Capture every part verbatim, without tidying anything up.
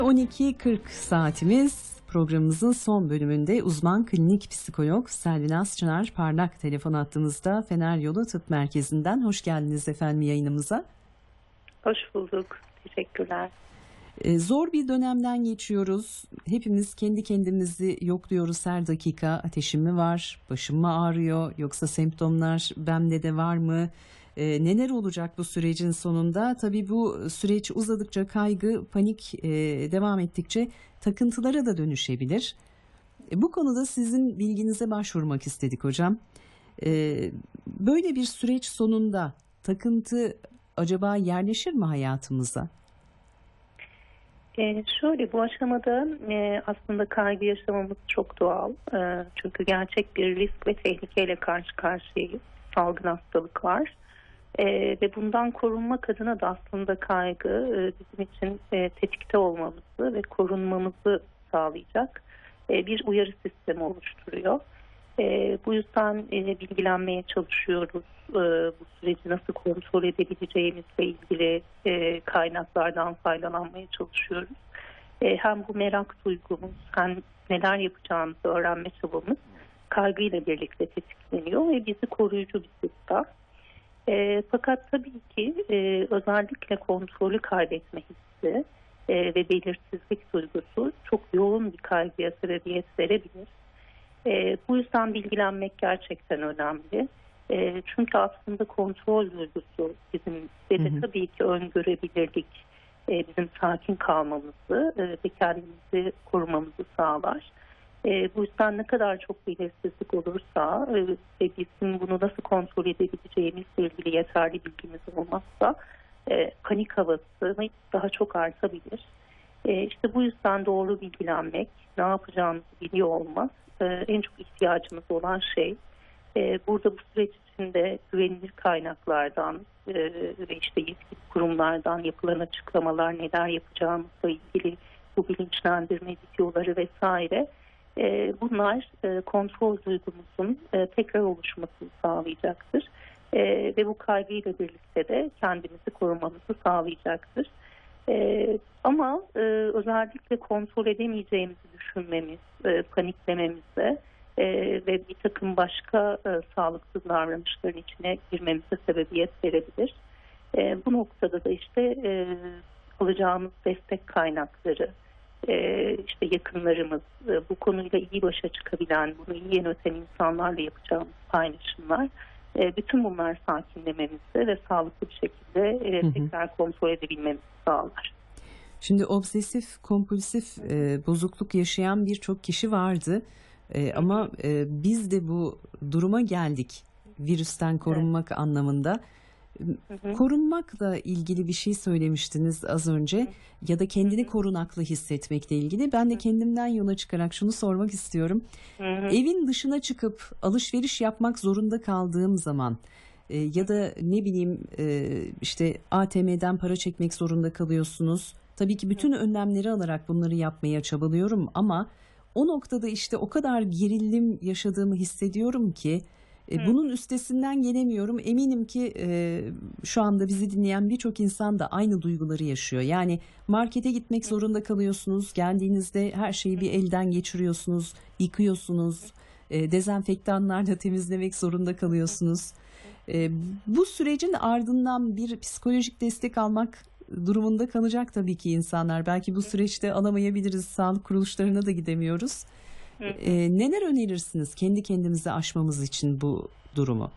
on iki kırk saatimiz. Programımızın son bölümünde uzman klinik psikolog Selvinas Çınar Parlak telefon attığımızda Fener Yolu Tıp Merkezi'nden. Hoş geldiniz efendim yayınımıza. Hoş bulduk. Teşekkürler. Ee, zor bir dönemden geçiyoruz. Hepimiz kendi kendimizi yokluyoruz her dakika. Ateşim mi var? Başım mı ağrıyor? Yoksa semptomlar bende de var mı? Ee, neler olacak bu sürecin sonunda? Tabii bu süreç uzadıkça kaygı, panik e, devam ettikçe takıntılara da dönüşebilir. E, bu konuda sizin bilginize başvurmak istedik hocam. E, böyle bir süreç sonunda takıntı acaba yerleşir mi hayatımıza? Ee, şöyle bu aşamada e, aslında kaygı yaşamamız çok doğal. E, çünkü gerçek bir risk ve tehlikeyle karşı karşıyayız. Salgın hastalık var. E, ve bundan korunmak adına da aslında kaygı e, bizim için e, tetikte olmamızı ve korunmamızı sağlayacak e, bir uyarı sistemi oluşturuyor. E, bu yüzden e, bilgilenmeye çalışıyoruz. E, bu süreci nasıl kontrol edebileceğimizle ilgili e, kaynaklardan faydalanmaya çalışıyoruz. E, hem bu merak duygumuz hem neler yapacağımızı öğrenme çabamız kaygıyla birlikte tetikleniyor ve bizi koruyucu bir sistem. E, fakat tabii ki e, özellikle kontrolü kaybetme hissi e, ve belirsizlik duygusu çok yoğun bir kaygıya sebebiyet verebilir. E, bu yüzden bilgilenmek gerçekten önemli. E, çünkü aslında kontrol duygusu bizim ve de tabii ki öngörebilirlik e, bizim sakin kalmamızı e, ve kendimizi korumamızı sağlar. E, bu yüzden ne kadar çok belirsizlik olursa e, ve bizim bunu nasıl kontrol edebileceğimizle ilgili yeterli bilgimiz olmazsa e, panik havası daha çok artabilir. E, işte bu yüzden doğru bilgilenmek, ne yapacağımızı biliyor olmak en çok ihtiyacımız olan şey. Burada bu süreç içinde güvenilir kaynaklardan ve işte yetkili kurumlardan yapılan açıklamalar, neler yapacağımızla ilgili bu bilinçlendirme videoları vesaire, bunlar kontrol duygumuzun tekrar oluşmasını sağlayacaktır. Ve bu kaygıyla birlikte de kendimizi korumamızı sağlayacaktır. Ee, ama e, özellikle kontrol edemeyeceğimizi düşünmemiz, e, paniklememize e, ve bir takım başka e, sağlıksız davranışların içine girmemize sebebiyet verebilir. E, bu noktada da işte e, alacağımız destek kaynakları, e, işte yakınlarımız, e, bu konuyla iyi başa çıkabilen, bunu iyi yöneten insanlarla yapacağımız paylaşımlar, e, bütün bunlar sakinlememizi ve sağlıklı bir şekilde e, hı hı. tekrar kontrol edebilmemizi sağlar. Şimdi obsesif kompulsif e, bozukluk yaşayan birçok kişi vardı e, ama e, biz de bu duruma geldik virüsten korunmak evet. anlamında. Hı hı. Korunmakla ilgili bir şey söylemiştiniz az önce hı hı. ya da kendini hı hı. korunaklı hissetmekle ilgili. Ben de kendimden yola çıkarak şunu sormak istiyorum. Hı hı. Evin dışına çıkıp alışveriş yapmak zorunda kaldığım zaman e, ya da ne bileyim e, işte A T M'den para çekmek zorunda kalıyorsunuz. Tabii ki bütün önlemleri alarak bunları yapmaya çabalıyorum ama o noktada işte o kadar gerilim yaşadığımı hissediyorum ki e, bunun üstesinden gelemiyorum. Eminim ki e, şu anda bizi dinleyen birçok insan da aynı duyguları yaşıyor. Yani markete gitmek zorunda kalıyorsunuz. Geldiğinizde her şeyi bir elden geçiriyorsunuz, yıkıyorsunuz. E, dezenfektanlarla temizlemek zorunda kalıyorsunuz. E, bu sürecin ardından bir psikolojik destek almak durumunda kalacak tabii ki insanlar. Belki bu süreçte alamayabiliriz. Sağlık kuruluşlarına da gidemiyoruz. Hı hı. E, neler önerirsiniz kendi kendimize aşmamız için bu durumu?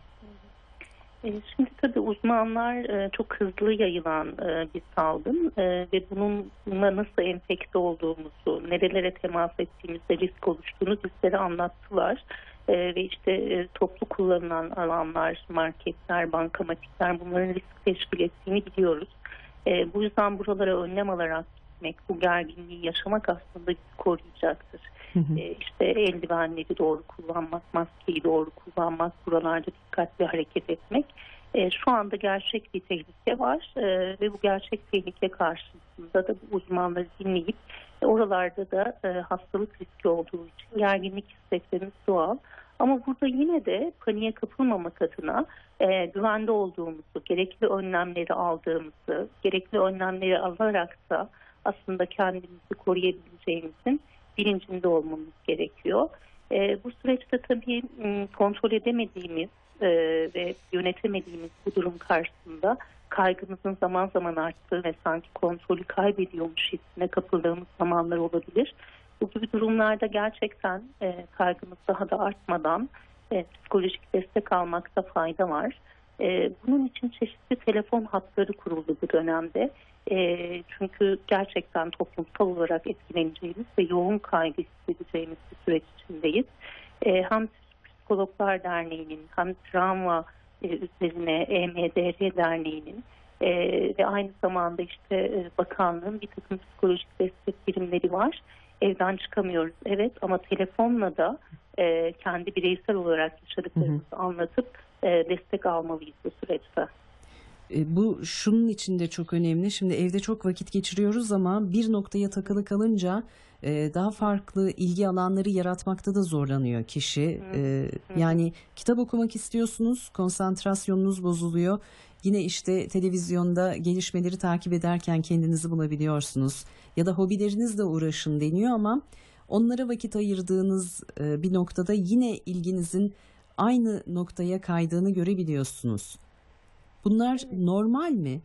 Şimdi tabii uzmanlar çok hızlı yayılan bir salgın ve bununla nasıl enfekte olduğumuzu, nerelere temas ettiğimizde risk oluştuğunu bizlere anlattılar. Ve işte toplu kullanılan alanlar, marketler, bankamatikler bunların risk teşkil ettiğini biliyoruz. E, bu yüzden buralara önlem alarak gitmek, bu gerginliği yaşamak aslında bizi koruyacaktır. Hı hı. E, işte eldivenleri doğru kullanmak, maskeyi doğru kullanmak, buralarda dikkatli hareket etmek. E, şu anda gerçek bir tehlike var e, ve bu gerçek tehlike karşısında da bu uzmanları dinleyip e, oralarda da e, hastalık riski olduğu için gerginlik hissetmemiz doğal. Ama burada yine de paniğe kapılmamak adına e, güvende olduğumuzu, gerekli önlemleri aldığımızı, gerekli önlemleri alarak da aslında kendimizi koruyabileceğimizin bilincinde olmamız gerekiyor. E, bu süreçte tabii kontrol edemediğimiz e, ve yönetemediğimiz bu durum karşısında kaygımızın zaman zaman arttığı ve sanki kontrolü kaybediyormuş hissine kapıldığımız zamanlar olabilir. Bu gibi durumlarda gerçekten e, kaygımız daha da artmadan e, psikolojik destek almakta fayda var. E, bunun için çeşitli telefon hatları kuruldu bu dönemde. E, çünkü gerçekten toplumsal olarak etkileneceğimiz ve yoğun kaygı hissedeceğimiz bir süreç içindeyiz. E, hem Psikologlar Derneği'nin hem travma e, üzerine E M D R Derneği'nin e, ve aynı zamanda işte e, bakanlığın bir takım psikolojik destek birimleri var. Evden çıkamıyoruz evet, ama telefonla da e, kendi bireysel olarak yaşadıklarımızı hı hı. anlatıp e, destek almalıyız bu süreçte. E, bu şunun için de çok önemli. Şimdi evde çok vakit geçiriyoruz ama bir noktaya takılı kalınca e, daha farklı ilgi alanları yaratmakta da zorlanıyor kişi. E, yani kitap okumak istiyorsunuz, konsantrasyonunuz bozuluyor. Yine işte televizyonda gelişmeleri takip ederken kendinizi bulabiliyorsunuz. Ya da hobilerinizle uğraşın deniyor ama onlara vakit ayırdığınız e, bir noktada yine ilginizin aynı noktaya kaydığını görebiliyorsunuz. Bunlar normal mi?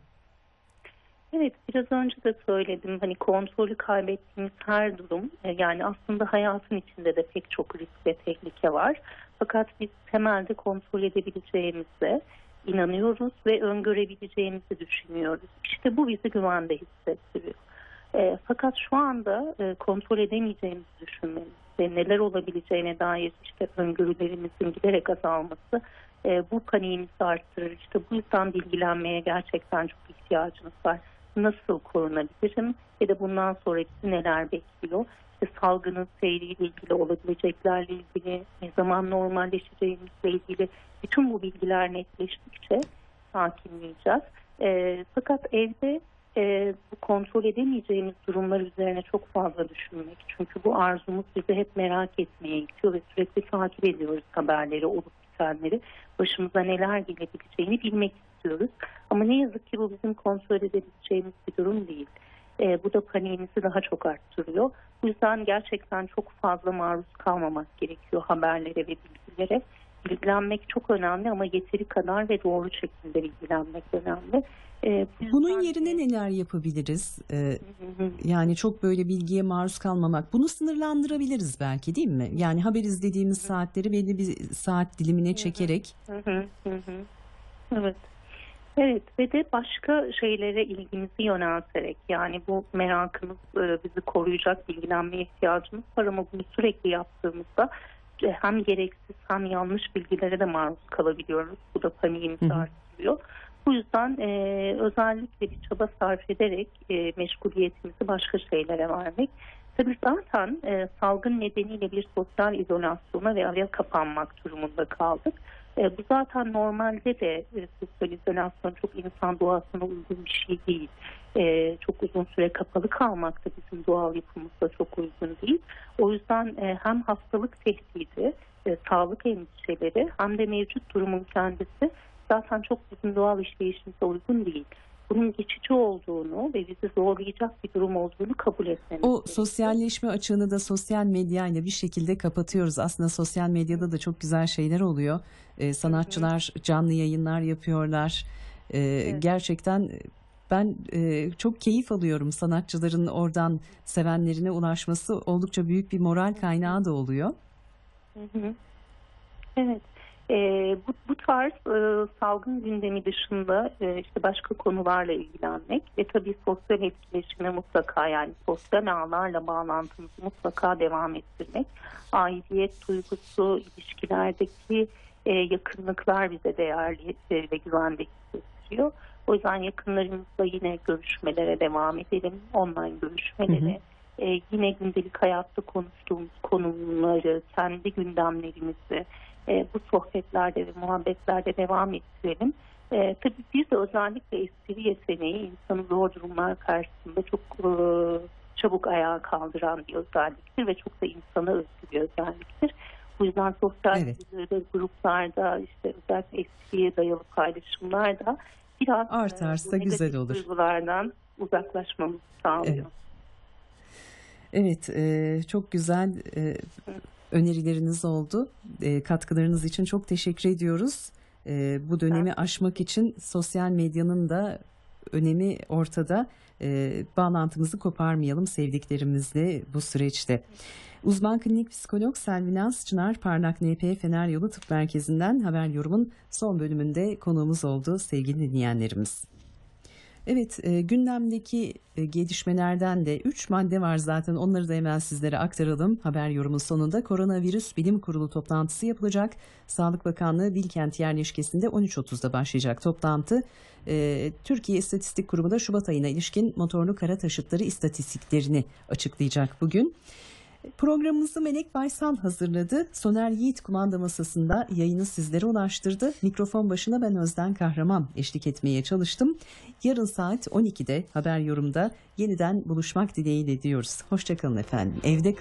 Evet, biraz önce de söyledim. Hani kontrolü kaybettiğimiz her durum, yani aslında hayatın içinde de pek çok risk ve tehlike var. Fakat biz temelde kontrol edebileceğimize inanıyoruz ve öngörebileceğimizi düşünüyoruz. İşte bu bizi güvende hissettiriyor. E, fakat şu anda e, kontrol edemeyeceğimizi düşünmemiz ve neler olabileceğine dair işte öngörülerimizin giderek azalması e, bu paniğimizi arttırır. İşte bu yüzden bilgilenmeye gerçekten çok ihtiyacımız var. Nasıl korunabilirim ya da bundan sonra bizi neler bekliyor? İşte salgının seyriyle ilgili, olabileceklerle ilgili, ne zaman normalleşeceğimizle ilgili bütün bu bilgiler netleştikçe sakinleyeceğiz. E, fakat evde e, bu kontrol edemeyeceğimiz durumlar üzerine çok fazla düşünmek. Çünkü bu arzumuz bizi hep merak etmeye itiyor ve sürekli takip ediyoruz haberleri, olup bitenleri. Başımıza neler gelebileceğini bilmek istiyoruz. Ama ne yazık ki bu bizim kontrol edebileceğimiz bir durum değil. E, bu da paniğimizi daha çok arttırıyor. Bu yüzden gerçekten çok fazla maruz kalmamak gerekiyor haberlere ve bilgilere. Bilgilenmek çok önemli ama yeteri kadar ve doğru şekilde bilgilenmek önemli. Ee, Bunun yerine neler yapabiliriz? Ee, yani çok böyle bilgiye maruz kalmamak. Bunu sınırlandırabiliriz belki, değil mi? Yani haber izlediğimiz saatleri belli bir saat dilimine çekerek. Hı hı, hı hı. Evet. Evet ve de başka şeylere ilgimizi yönelterek, yani bu merakımız bizi koruyacak, bilgilenmeye ihtiyacımız var ama bunu sürekli yaptığımızda hem gereksiz hem yanlış bilgilere de maruz kalabiliyoruz. Bu da paniğimizi artırıyor. Bu yüzden e, özellikle bir çaba sarf ederek e, meşguliyetimizi başka şeylere vermek. Tabii zaten e, salgın nedeniyle bir sosyal izolasyona ve araya kapanmak durumunda kaldık. E, bu zaten normalde de e, sosyal izolasyon çok insan doğasına uygun bir şey değil. E, çok uzun süre kapalı kalmak da bizim doğal yapımızda çok uygun değil. O yüzden e, hem hastalık tehdidi, e, sağlık endişeleri hem de mevcut durumun kendisi zaten çok bizim doğal işleyişimize uygun değil. Bunun geçici olduğunu ve bizi zorlayacak bir durum olduğunu kabul etmemiz. O sosyalleşme açığını da sosyal medyayla bir şekilde kapatıyoruz. Aslında sosyal medyada da çok güzel şeyler oluyor. Ee, sanatçılar canlı yayınlar yapıyorlar. Ee, evet. Gerçekten ben e, çok keyif alıyorum. Sanatçıların oradan sevenlerine ulaşması oldukça büyük bir moral kaynağı da oluyor. Hı hı. Evet. E, bu, bu tarz e, salgın gündemi dışında e, işte başka konularla ilgilenmek ve tabii sosyal etkileşime mutlaka, yani sosyal ağlarla bağlantımızı mutlaka devam ettirmek. Aidiyet duygusu, ilişkilerdeki e, yakınlıklar bize değerli e, ve güvende hissettiriyor. O yüzden yakınlarımızla yine görüşmelere devam edelim, online görüşmelere. Hı hı. E, yine gündelik hayatta konuştuğumuz konuları, kendi gündemlerimizi E, bu sohbetlerde ve muhabbetlerde devam ettirelim. E, tabii bir de özellikle espri yeteneği insanı zor durumlar karşısında çok e, çabuk ayağa kaldıran bir özelliktir ve çok da insana özgü bir özelliktir. Bu yüzden sosyal evet. gruplarda işte özellikle espriye dayalı paylaşımlarda biraz artarsa e, güzel olur. Duygulardan uzaklaşmamızı sağlıyor. Evet. Evet, e, çok güzel e, önerileriniz oldu. E, katkılarınız için çok teşekkür ediyoruz. E, bu dönemi aşmak için sosyal medyanın da önemi ortada. E, bağlantımızı koparmayalım sevdiklerimizle bu süreçte. Uzman klinik psikolog Selvinaz Çınar Parlak N P Fener Yolu Tıp Merkezi'nden Haber Yorum'un son bölümünde konuğumuz oldu sevgili dinleyenlerimiz. Evet, e, gündemdeki e, gelişmelerden de üç madde var zaten, onları da hemen sizlere aktaralım. Haber yorumun sonunda Koronavirüs Bilim Kurulu toplantısı yapılacak. Sağlık Bakanlığı Bilkent yerleşkesinde on üç otuzda başlayacak toplantı. E, Türkiye İstatistik Kurumu da Şubat ayına ilişkin motorlu kara taşıtları istatistiklerini açıklayacak bugün. Programımızı Melek Baysal hazırladı. Soner Yiğit kumanda masasında yayını sizlere ulaştırdı. Mikrofon başına ben Özden Kahraman eşlik etmeye çalıştım. Yarın saat on ikide Haber Yorum'da yeniden buluşmak dileğiyle diyoruz. Hoşçakalın efendim. Evde